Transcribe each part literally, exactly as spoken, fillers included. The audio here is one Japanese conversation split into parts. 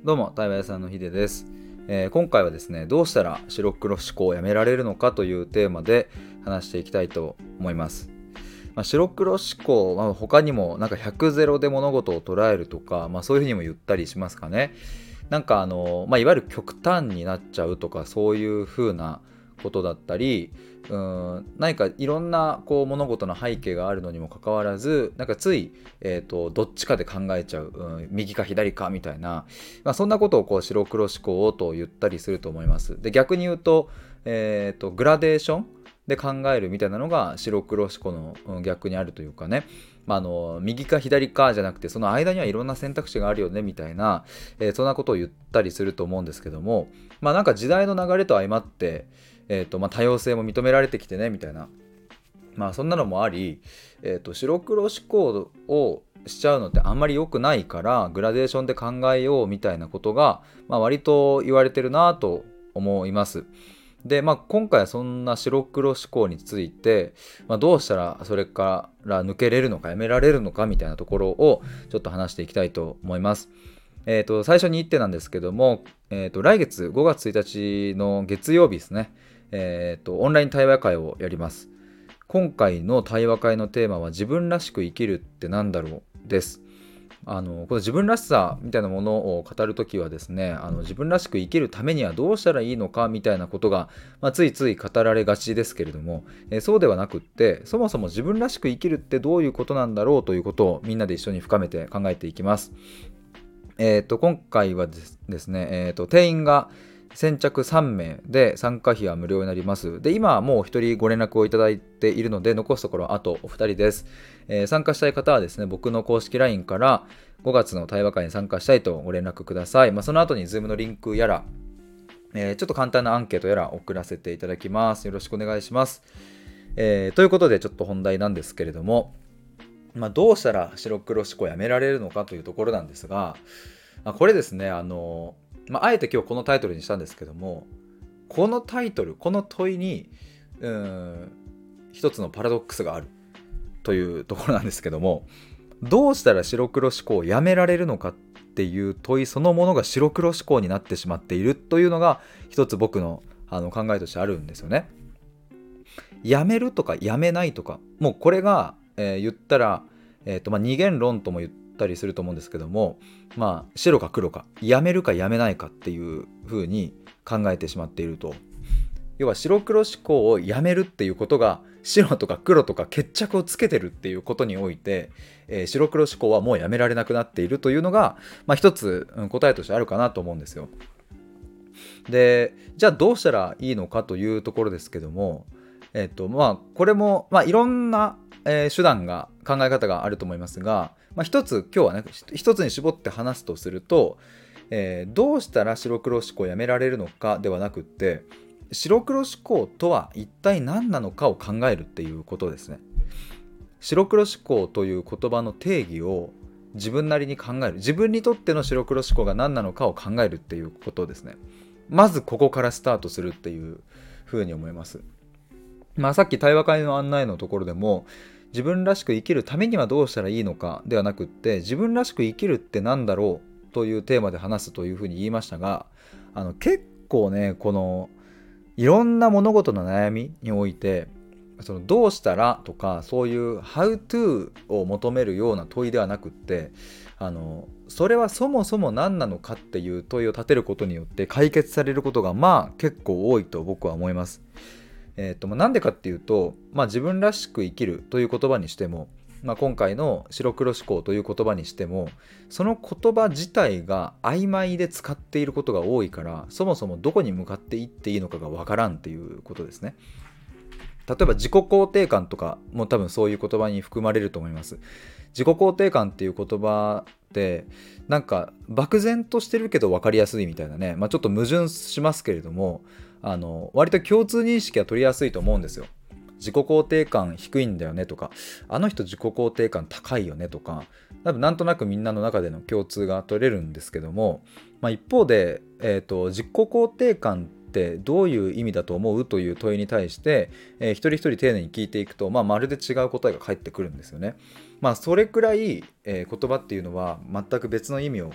どうも対話屋さんのヒデです、えー、今回はですねどうしたら白黒思考をやめられるのかというテーマで話していきたいと思います。まあ、白黒思考、まあ、他にもなんかひゃくゼロで物事を捉えるとか、まあ、そういうふうにも言ったりしますかね。なんかあの、まあ、いわゆる極端になっちゃうとかそういう風なことだったり、うーん何かいろんなこう物事の背景があるのにもかかわらずなんかつい、えーと、どっちかで考えちゃう、うん、右か左かみたいな、まあ、そんなことをこう白黒思考と言ったりすると思います。で逆に言うと、えーと、グラデーションで考えるみたいなのが白黒思考の逆にあるというかね、まあ、あの右か左かじゃなくてその間にはいろんな選択肢があるよねみたいな、えー、そんなことを言ったりすると思うんですけども、まあなんか時代の流れと相まって、えーとまあ、多様性も認められてきてねみたいな、まあそんなのもあり、えーと白黒思考をしちゃうのってあんまり良くないからグラデーションで考えようみたいなことが、まあ、割と言われてるなと思います。で、まあ、今回はそんな白黒思考について、まあ、どうしたらそれから抜けれるのかやめられるのかみたいなところをちょっと話していきたいと思います。えーと、最初に一点なんですけども、えーと、来月ごがつついたちの月曜日ですね、えーと、オンライン対話会をやります。今回の対話会のテーマは自分らしく生きるってなんだろうです。あのこの自分らしさみたいなものを語るときはですね、あの自分らしく生きるためにはどうしたらいいのかみたいなことが、まあ、ついつい語られがちですけれども、えー、そうではなくって、そもそも自分らしく生きるってどういうことなんだろうということをみんなで一緒に深めて考えていきます。えー、と今回はですですね、えー、と定員が先着さんめいで参加費は無料になります。で、今はもうひとりご連絡をいただいているので、残すところあとおふたりです。えー参加したい方はですね、僕の公式 ライン からごがつの対話会に参加したいとご連絡ください。まあ、その後に Zoom のリンクやら、えーちょっと簡単なアンケートやら送らせていただきます。よろしくお願いします。えーということで、ちょっと本題なんですけれども、まあ、どうしたら白黒思考をやめられるのかというところなんですが、まあ、これですね、あの、まあ、あえて今日このタイトルにしたんですけども、このタイトル、この問いにうーん一つのパラドックスがあるというところなんですけども、どうしたら白黒思考をやめられるのかっていう問いそのものが白黒思考になってしまっているというのが一つ僕の、あの考えとしてあるんですよね。やめるとかやめないとか、もうこれが、えー言ったら、えーとまあ、二元論とも言ったりすると思うんですけども、まあ、白か黒かやめるかやめないかっていう風に考えてしまっていると。要は白黒思考をやめるっていうことが白とか黒とか決着をつけてるっていうことにおいて、えー白黒思考はもうやめられなくなっているというのが、まあ、一つ、うん答えとしてあるかなと思うんですよ。で、じゃあどうしたらいいのかというところですけども、えっとまあこれも、まあ、いろんな、えー手段が考え方があると思いますが、まあ、一つ今日はね一つに絞って話すとすると、えーどうしたら白黒思考をやめられるのかではなくって、白黒思考とは一体何なのかを考えるっていうことですね。白黒思考という言葉の定義を自分なりに考える、自分にとっての白黒思考が何なのかを考えるっていうことですね。まずここからスタートするっていうふうに思います。まあ、さっき対話会の案内のところでも、自分らしく生きるためにはどうしたらいいのかではなくって、自分らしく生きるって何だろうというテーマで話すというふうに言いましたが、あの結構ね、このいろんな物事の悩みにおいて、そのどうしたらとかそういう How to を求めるような問いではなくって、あのそれはそもそも何なのかっていう問いを立てることによって解決されることがまあ結構多いと僕は思います。えーとまあ、なんでかっていうと、まあ、自分らしく生きるという言葉にしても、まあ、今回の白黒思考という言葉にしても、その言葉自体が曖昧で使っていることが多いから、そもそもどこに向かっていっていいのかがわからんっていうことですね。例えば自己肯定感とかも多分そういう言葉に含まれると思います。自己肯定感っていう言葉ってなんか漠然としてるけど分かりやすいみたいなね、まあ、ちょっと矛盾しますけれども、あの割と共通認識は取りやすいと思うんですよ。自己肯定感低いんだよねとか、あの人自己肯定感高いよねとか、多分なんとなくみんなの中での共通が取れるんですけども、まあ、一方で、えーと、自己肯定感ってどういう意味だと思うという問いに対して、えー、一人一人丁寧に聞いていくと、まあ、まるで違う答えが返ってくるんですよね。まあ、それくらい、えー、言葉っていうのは全く別の意味を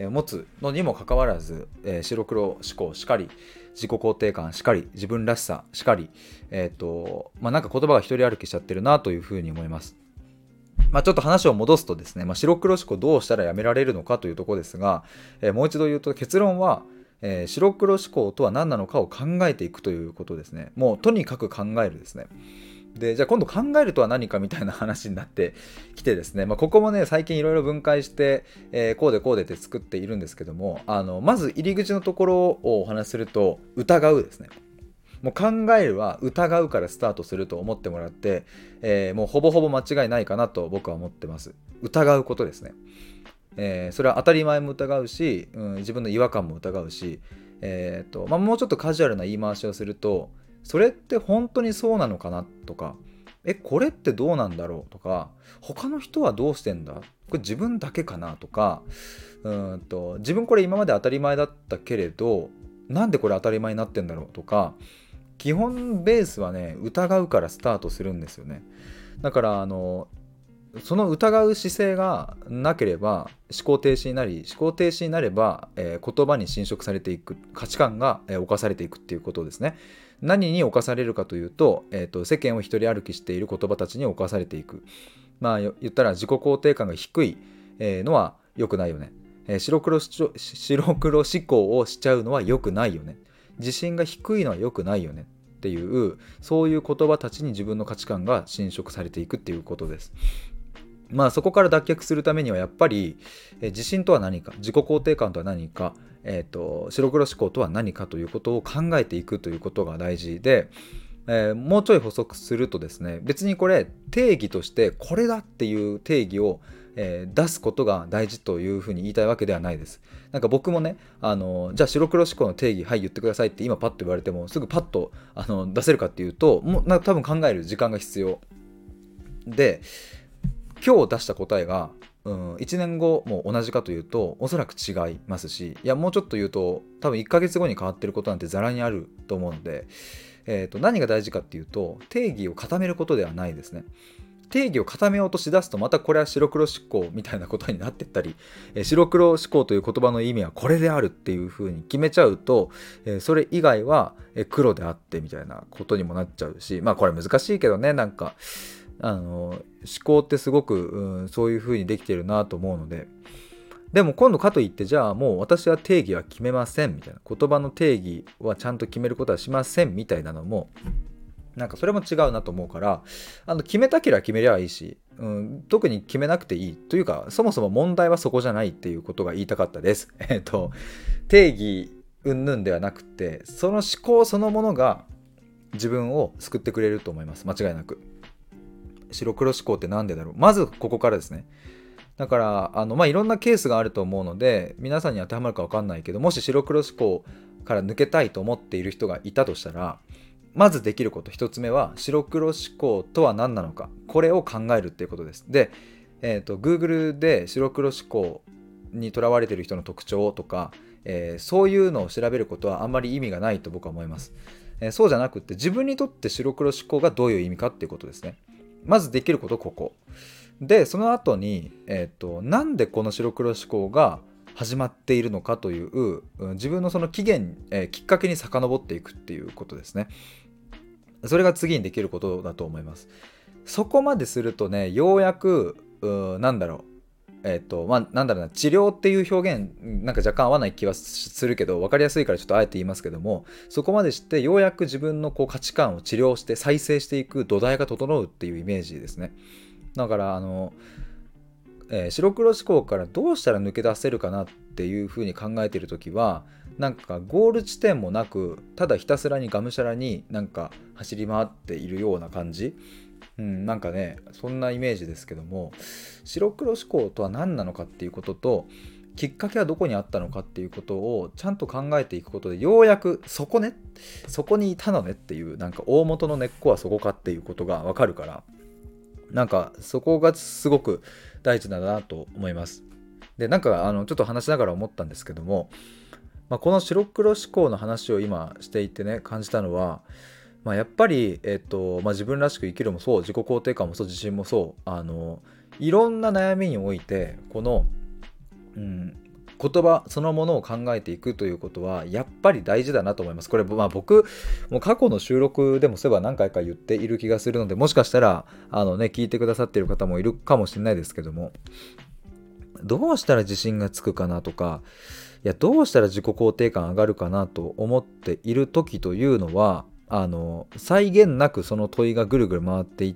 えー、持つのにもかかわらず、えー、白黒思考しかり、自己肯定感しかり、自分らしさしかり、えっと、まあ、なんか言葉が一人歩きしちゃってるなというふうに思います。まあ、ちょっと話を戻すとですね、まあ、白黒思考どうしたらやめられるのかというところですが、えー、もう一度言うと結論は、えー、白黒思考とは何なのかを考えていくということですね。もうとにかく考えるですね。で、じゃあ今度考えるとは何かみたいな話になってきてですね、まあ、ここもね最近いろいろ分解して、えー、こうでこうでって作っているんですけども、あのまず入り口のところをお話しすると疑うですね。もう考えるは疑うからスタートすると思ってもらって、えー、もうほぼほぼ間違いないかなと僕は思ってます。疑うことですね。えー、それは当たり前も疑うし、うん、自分の違和感も疑うし、えーとまあ、もうちょっとカジュアルな言い回しをすると、それって本当にそうなのかなとか、えこれってどうなんだろうとか、他の人はどうしてんだ、これ自分だけかなとか、うんと自分これ今まで当たり前だったけれどなんでこれ当たり前になってんだろうとか、基本ベースはね疑うからスタートするんですよね。だからあのその疑う姿勢がなければ思考停止になり、思考停止になれば、えー、言葉に侵食されていく、価値観が、えー、侵されていくっていうことですね。何に侵されるかというと、えーと、世間を一人歩きしている言葉たちに侵されていく。まあ言ったら自己肯定感が低い、えー、のは良くないよね、えー、白黒白黒思考をしちゃうのは良くないよね、自信が低いのは良くないよねっていう、そういう言葉たちに自分の価値観が侵食されていくっていうことです。まあそこから脱却するためにはやっぱり、えー、自信とは何か、自己肯定感とは何か、えーと、白黒思考とは何かということを考えていくということが大事で、えー、もうちょい補足するとですね、別にこれ定義としてこれだっていう定義を、えー、出すことが大事というふうに言いたいわけではないです。なんか僕もね、あのじゃあ白黒思考の定義はい言ってくださいって今パッと言われてもすぐパッとあの出せるかっていうと、もうなんか多分考える時間が必要で、今日出した答えが、うん、いちねんごも同じかというとおそらく違いますし、いやもうちょっと言うと多分いっかげつごに変わってることなんてざらにあると思うので、えーと、何が大事かっていうと定義を固めることではないですね。定義を固めようとしだすとまたこれは白黒思考みたいなことになっていったり、えー、白黒思考という言葉の意味はこれであるっていう風に決めちゃうと、えー、それ以外は黒であってみたいなことにもなっちゃうし、まあこれ難しいけどね、なんかあの思考ってすごく、うん、そういう風にできてるなと思うので、でも今度かといってじゃあもう私は定義は決めませんみたいな、言葉の定義はちゃんと決めることはしませんみたいなのもなんかそれも違うなと思うから、あの決めたければ決めりゃいいし、うん、特に決めなくていいというか、そもそも問題はそこじゃないっていうことが言いたかったです。えっと定義云々ではなくて、その思考そのものが自分を救ってくれると思います。間違いなく。白黒思考ってなんでだろう、まずここからですね。だからあの、まあ、いろんなケースがあると思うので皆さんに当てはまるか分かんないけど、もし白黒思考から抜けたいと思っている人がいたとしたら、まずできることひとつめは白黒思考とは何なのか、これを考えるっていうことです。で、えーと、Google で白黒思考にとらわれている人の特徴とか、えー、そういうのを調べることはあんまり意味がないと僕は思います。えー、そうじゃなくって自分にとって白黒思考がどういう意味かっていうことですね。まずできることここで、その後に、えーと、なんでこの白黒思考が始まっているのかという、自分のその起源、えー、きっかけに遡っていくっていうことですね。それが次にできることだと思います。そこまでするとね、ようやくうなんだろうえっ、ー、とまあなんだろうな、治療っていう表現なんか若干合わない気はするけど、分かりやすいからちょっとあえて言いますけども、そこまでしてようやく自分のこう価値観を治療して再生していく土台が整うっていうイメージですね。だからあの、えー、白黒思考からどうしたら抜け出せるかなっていうふうに考えているときは、なんかゴール地点もなく、ただひたすらにがむしゃらになんか走り回っているような感じ、うん、なんかねそんなイメージですけども、白黒思考とは何なのかっていうことと、きっかけはどこにあったのかっていうことをちゃんと考えていくことで、ようやくそこねそこにいたのねっていう、なんか大元の根っこはそこかっていうことがわかるから、なんかそこがすごく大事だなと思います。で、なんかあのちょっと話しながら思ったんですけども、まあ、この白黒思考の話を今していてね感じたのは、まあ、やっぱり、えっとまあ、自分らしく生きるもそう、自己肯定感もそう、自信もそう、あのいろんな悩みにおいてこの、うん、 言葉そのものを考えていくということはやっぱり大事だなと思います。これ、まあ、僕もう過去の収録でもそういえば何回か言っている気がするので、もしかしたらあの、ね、聞いてくださっている方もいるかもしれないですけども、どうしたら自信がつくかなとか、いやどうしたら自己肯定感上がるかなと思っている時というのは、あの際限なくその問いがぐるぐる回っていって、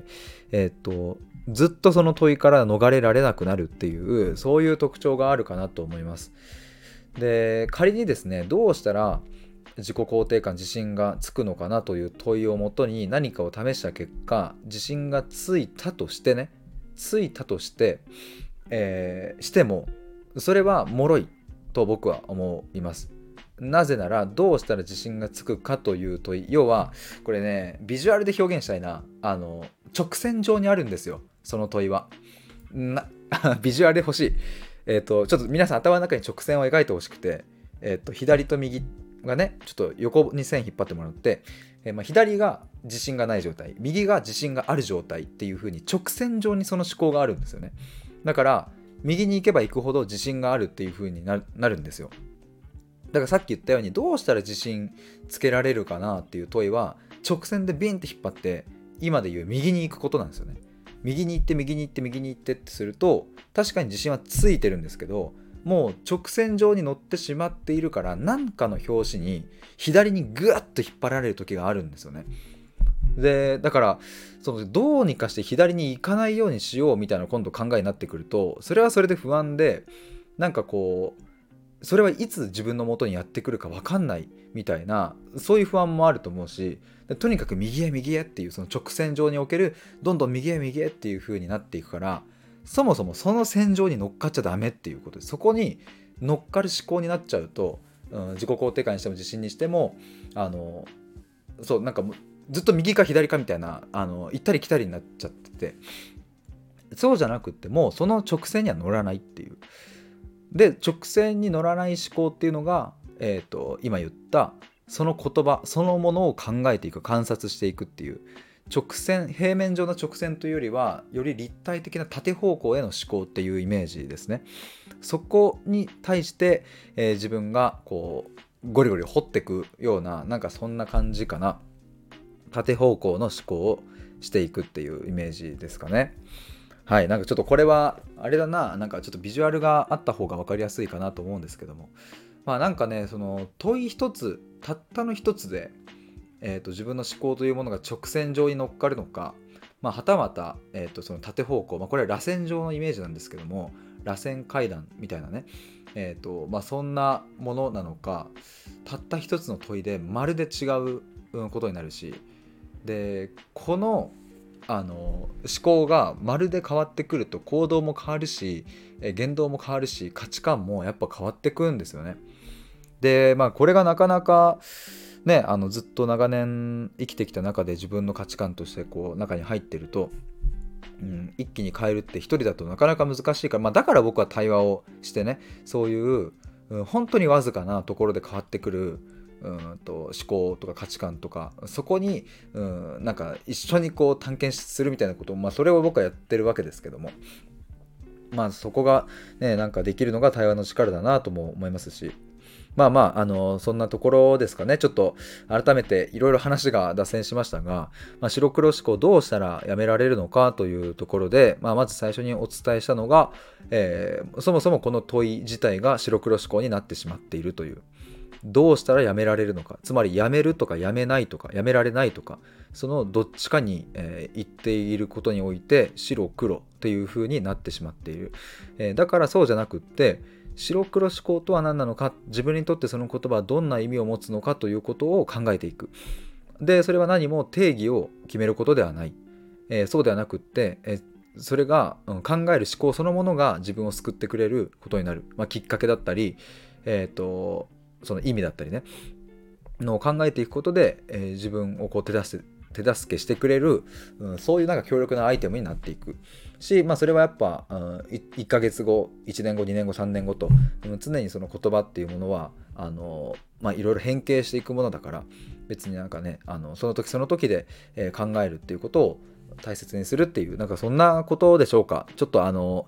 えっとずっとその問いから逃れられなくなるっていう、そういう特徴があるかなと思います。で、仮にですね、どうしたら自己肯定感自信がつくのかなという問いをもとに何かを試した結果、自信がついたとしてねついたとして、えーしてもそれは脆いと僕は思います。なぜなら、どうしたら自信がつくかという問い、要はこれね、ビジュアルで表現したいな。あの直線上にあるんですよ、その問いは。なビジュアルで欲しい。えっ、とちょっと皆さん頭の中に直線を描いてほしくて、えっ、と左と右がね、ちょっと横に線引っ張ってもらって、えーまあ、左が自信がない状態、右が自信がある状態っていう風に直線上にその思考があるんですよね。だから右に行けば行くほど自信があるっていう風になる、なるんですよ。だからさっき言ったように、どうしたら自信つけられるかなっていう問いは、直線でビンって引っ張って今で言う右に行くことなんですよね。右に行って右に行って右に行ってってすると、確かに自信はついてるんですけど、もう直線上に乗ってしまっているから、何かの拍子に左にグワッと引っ張られる時があるんですよね。でだからそのどうにかして左に行かないようにしようみたいな今度考えになってくると、それはそれで不安で、なんかこうそれはいつ自分の元にやってくるか分かんないみたいな、そういう不安もあると思うし、とにかく右へ右へっていう、その直線上におけるどんどん右へ右へっていう風になっていくから、そもそもその線上に乗っかっちゃダメっていうことです。そこに乗っかる思考になっちゃうと、うん、自己肯定感にしても自信にしても、あのそうなんかずっと右か左かみたいな、あの行ったり来たりになっちゃってて、そうじゃなくってもうその直線には乗らないっていう。で直線に乗らない思考っていうのが、えーと、今言ったその言葉そのものを考えていく、観察していくっていう、直線、平面上の直線というよりはより立体的な縦方向への思考っていうイメージですね。そこに対して、えー自分がこうゴリゴリ掘っていくような、なんかそんな感じかな。縦方向の思考をしていくっていうイメージですかね。はい、なんかちょっとこれはあれだな、なんかちょっとビジュアルがあった方が分かりやすいかなと思うんですけども、まあなんかね、その問い一つ、たったの一つで、えーと自分の思考というものが直線上に乗っかるのか、まあ、はたまた、えーとその縦方向、まあ、これは螺旋状のイメージなんですけども、螺旋階段みたいなね、えーとまあ、そんなものなのか、たった一つの問いでまるで違ううんことになるし、でこのあの思考がまるで変わってくると行動も変わるし、え言動も変わるし、価値観もやっぱ変わってくんですよね。でまあこれがなかなかね、あのずっと長年生きてきた中で自分の価値観としてこう中に入ってると、うん、一気に変えるって一人だとなかなか難しいから、まあ、だから僕は対話をしてね、そういう、うん、本当にわずかなところで変わってくるうんと思考とか価値観とか、そこに、うん、なんか一緒にこう探検するみたいなことを、まあ、それを僕はやってるわけですけども、まあそこがね、なんかできるのが対話の力だなとも思いますし、まあまあ、あのそんなところですかね。ちょっと改めていろいろ話が脱線しましたが、まあ、白黒思考どうしたらやめられるのかというところで、まあ、まず最初にお伝えしたのが、えーそもそもこの問い自体が白黒思考になってしまっているという。どうしたらやめられるのか、つまりやめるとかやめないとかやめられないとか、そのどっちかに、えー言っていることにおいて白黒という風になってしまっている、えーだからそうじゃなくって、白黒思考とは何なのか、自分にとってその言葉はどんな意味を持つのかということを考えていく。でそれは何も定義を決めることではない、えーそうではなくって、えーそれが、うん考える思考そのものが自分を救ってくれることになる、まあ、きっかけだったり、えーとその意味だったりねのを考えていくことで、えー自分をこう手助け手助けしてくれる、うん、そういうなんか強力なアイテムになっていくし、まあ、それはやっぱ、うん、いいっかげつご、いちねんご、にねんご、さんねんごと、うん、常にその言葉っていうものはあの、まあ、いろいろ変形していくものだから、別になんかね、あのその時その時で、えー考えるっていうことを大切にするっていう、なんかそんなことでしょうか。ちょっとあの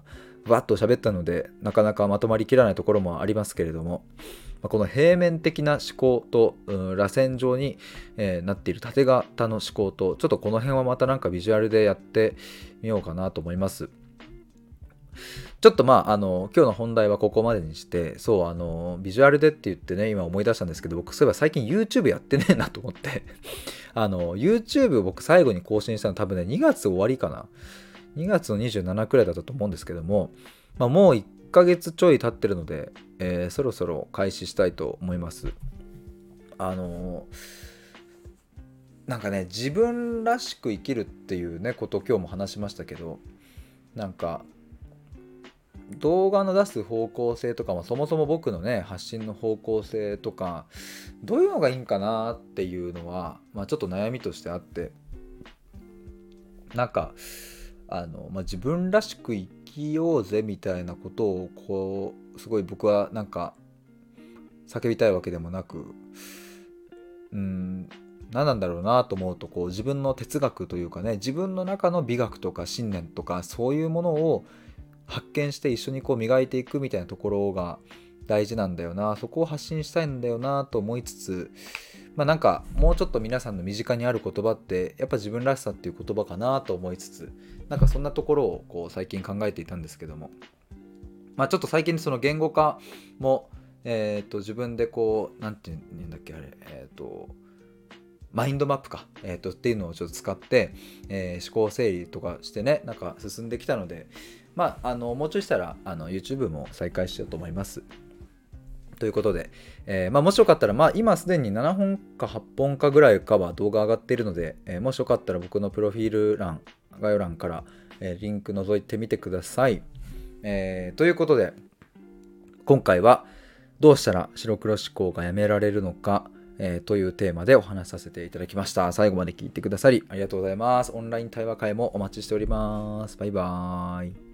わっと喋ったのでなかなかまとまりきらないところもありますけれども、この平面的な思考と、うん、螺旋状に、えー、なっている縦型の思考と、ちょっとこの辺はまたなんかビジュアルでやってみようかなと思います。ちょっとまあ、あの今日の本題はここまでにして、そうあのビジュアルでって言ってね、今思い出したんですけど、僕そういえば最近 YouTube やってねえなと思ってあの YouTube 僕最後に更新したの多分ねにがつ終わりかな、にがつのにじゅうしちくらいだったと思うんですけども、まあ、もういっかげつちょい経ってるので、えー、そろそろ開始したいと思います。あのなんかね、自分らしく生きるっていうねことを今日も話しましたけど、なんか動画の出す方向性とかも、そもそも僕のね発信の方向性とかどういうのがいいんかなっていうのは、まあ、ちょっと悩みとしてあって、なんかあの、まあ、自分らしく生きようぜみたいなことをこうすごい僕はなんか叫びたいわけでもなく、うーん何なんだろうなと思うと、こう自分の哲学というかね、自分の中の美学とか信念とかそういうものを発見して一緒にこう磨いていくみたいなところが大事なんだよな、そこを発信したいんだよなと思いつつ、まあなんかもうちょっと皆さんの身近にある言葉ってやっぱ自分らしさっていう言葉かなと思いつつ、なんかそんなところをこう最近考えていたんですけども、まあちょっと最近その言語化もえっと自分でこうなんていうんだっけあれえっとマインドマップか、えー、とっていうのをちょっと使って、えー、思考整理とかしてね、なんか進んできたので、まあ、あのもうちょいしたらあの YouTube も再開しようと思います。ということで、えーまあ、もしよかったら、まあ、今すでにななほんかはっぽんかぐらいかは動画上がっているので、えー、もしよかったら僕のプロフィール欄、概要欄から、えー、リンク覗いてみてください。えー、ということで、今回はどうしたら白黒思考がやめられるのか、えー、というテーマでお話しさせていただきました。最後まで聞いてくださりありがとうございます。オンライン対話会もお待ちしております。バイバーイ。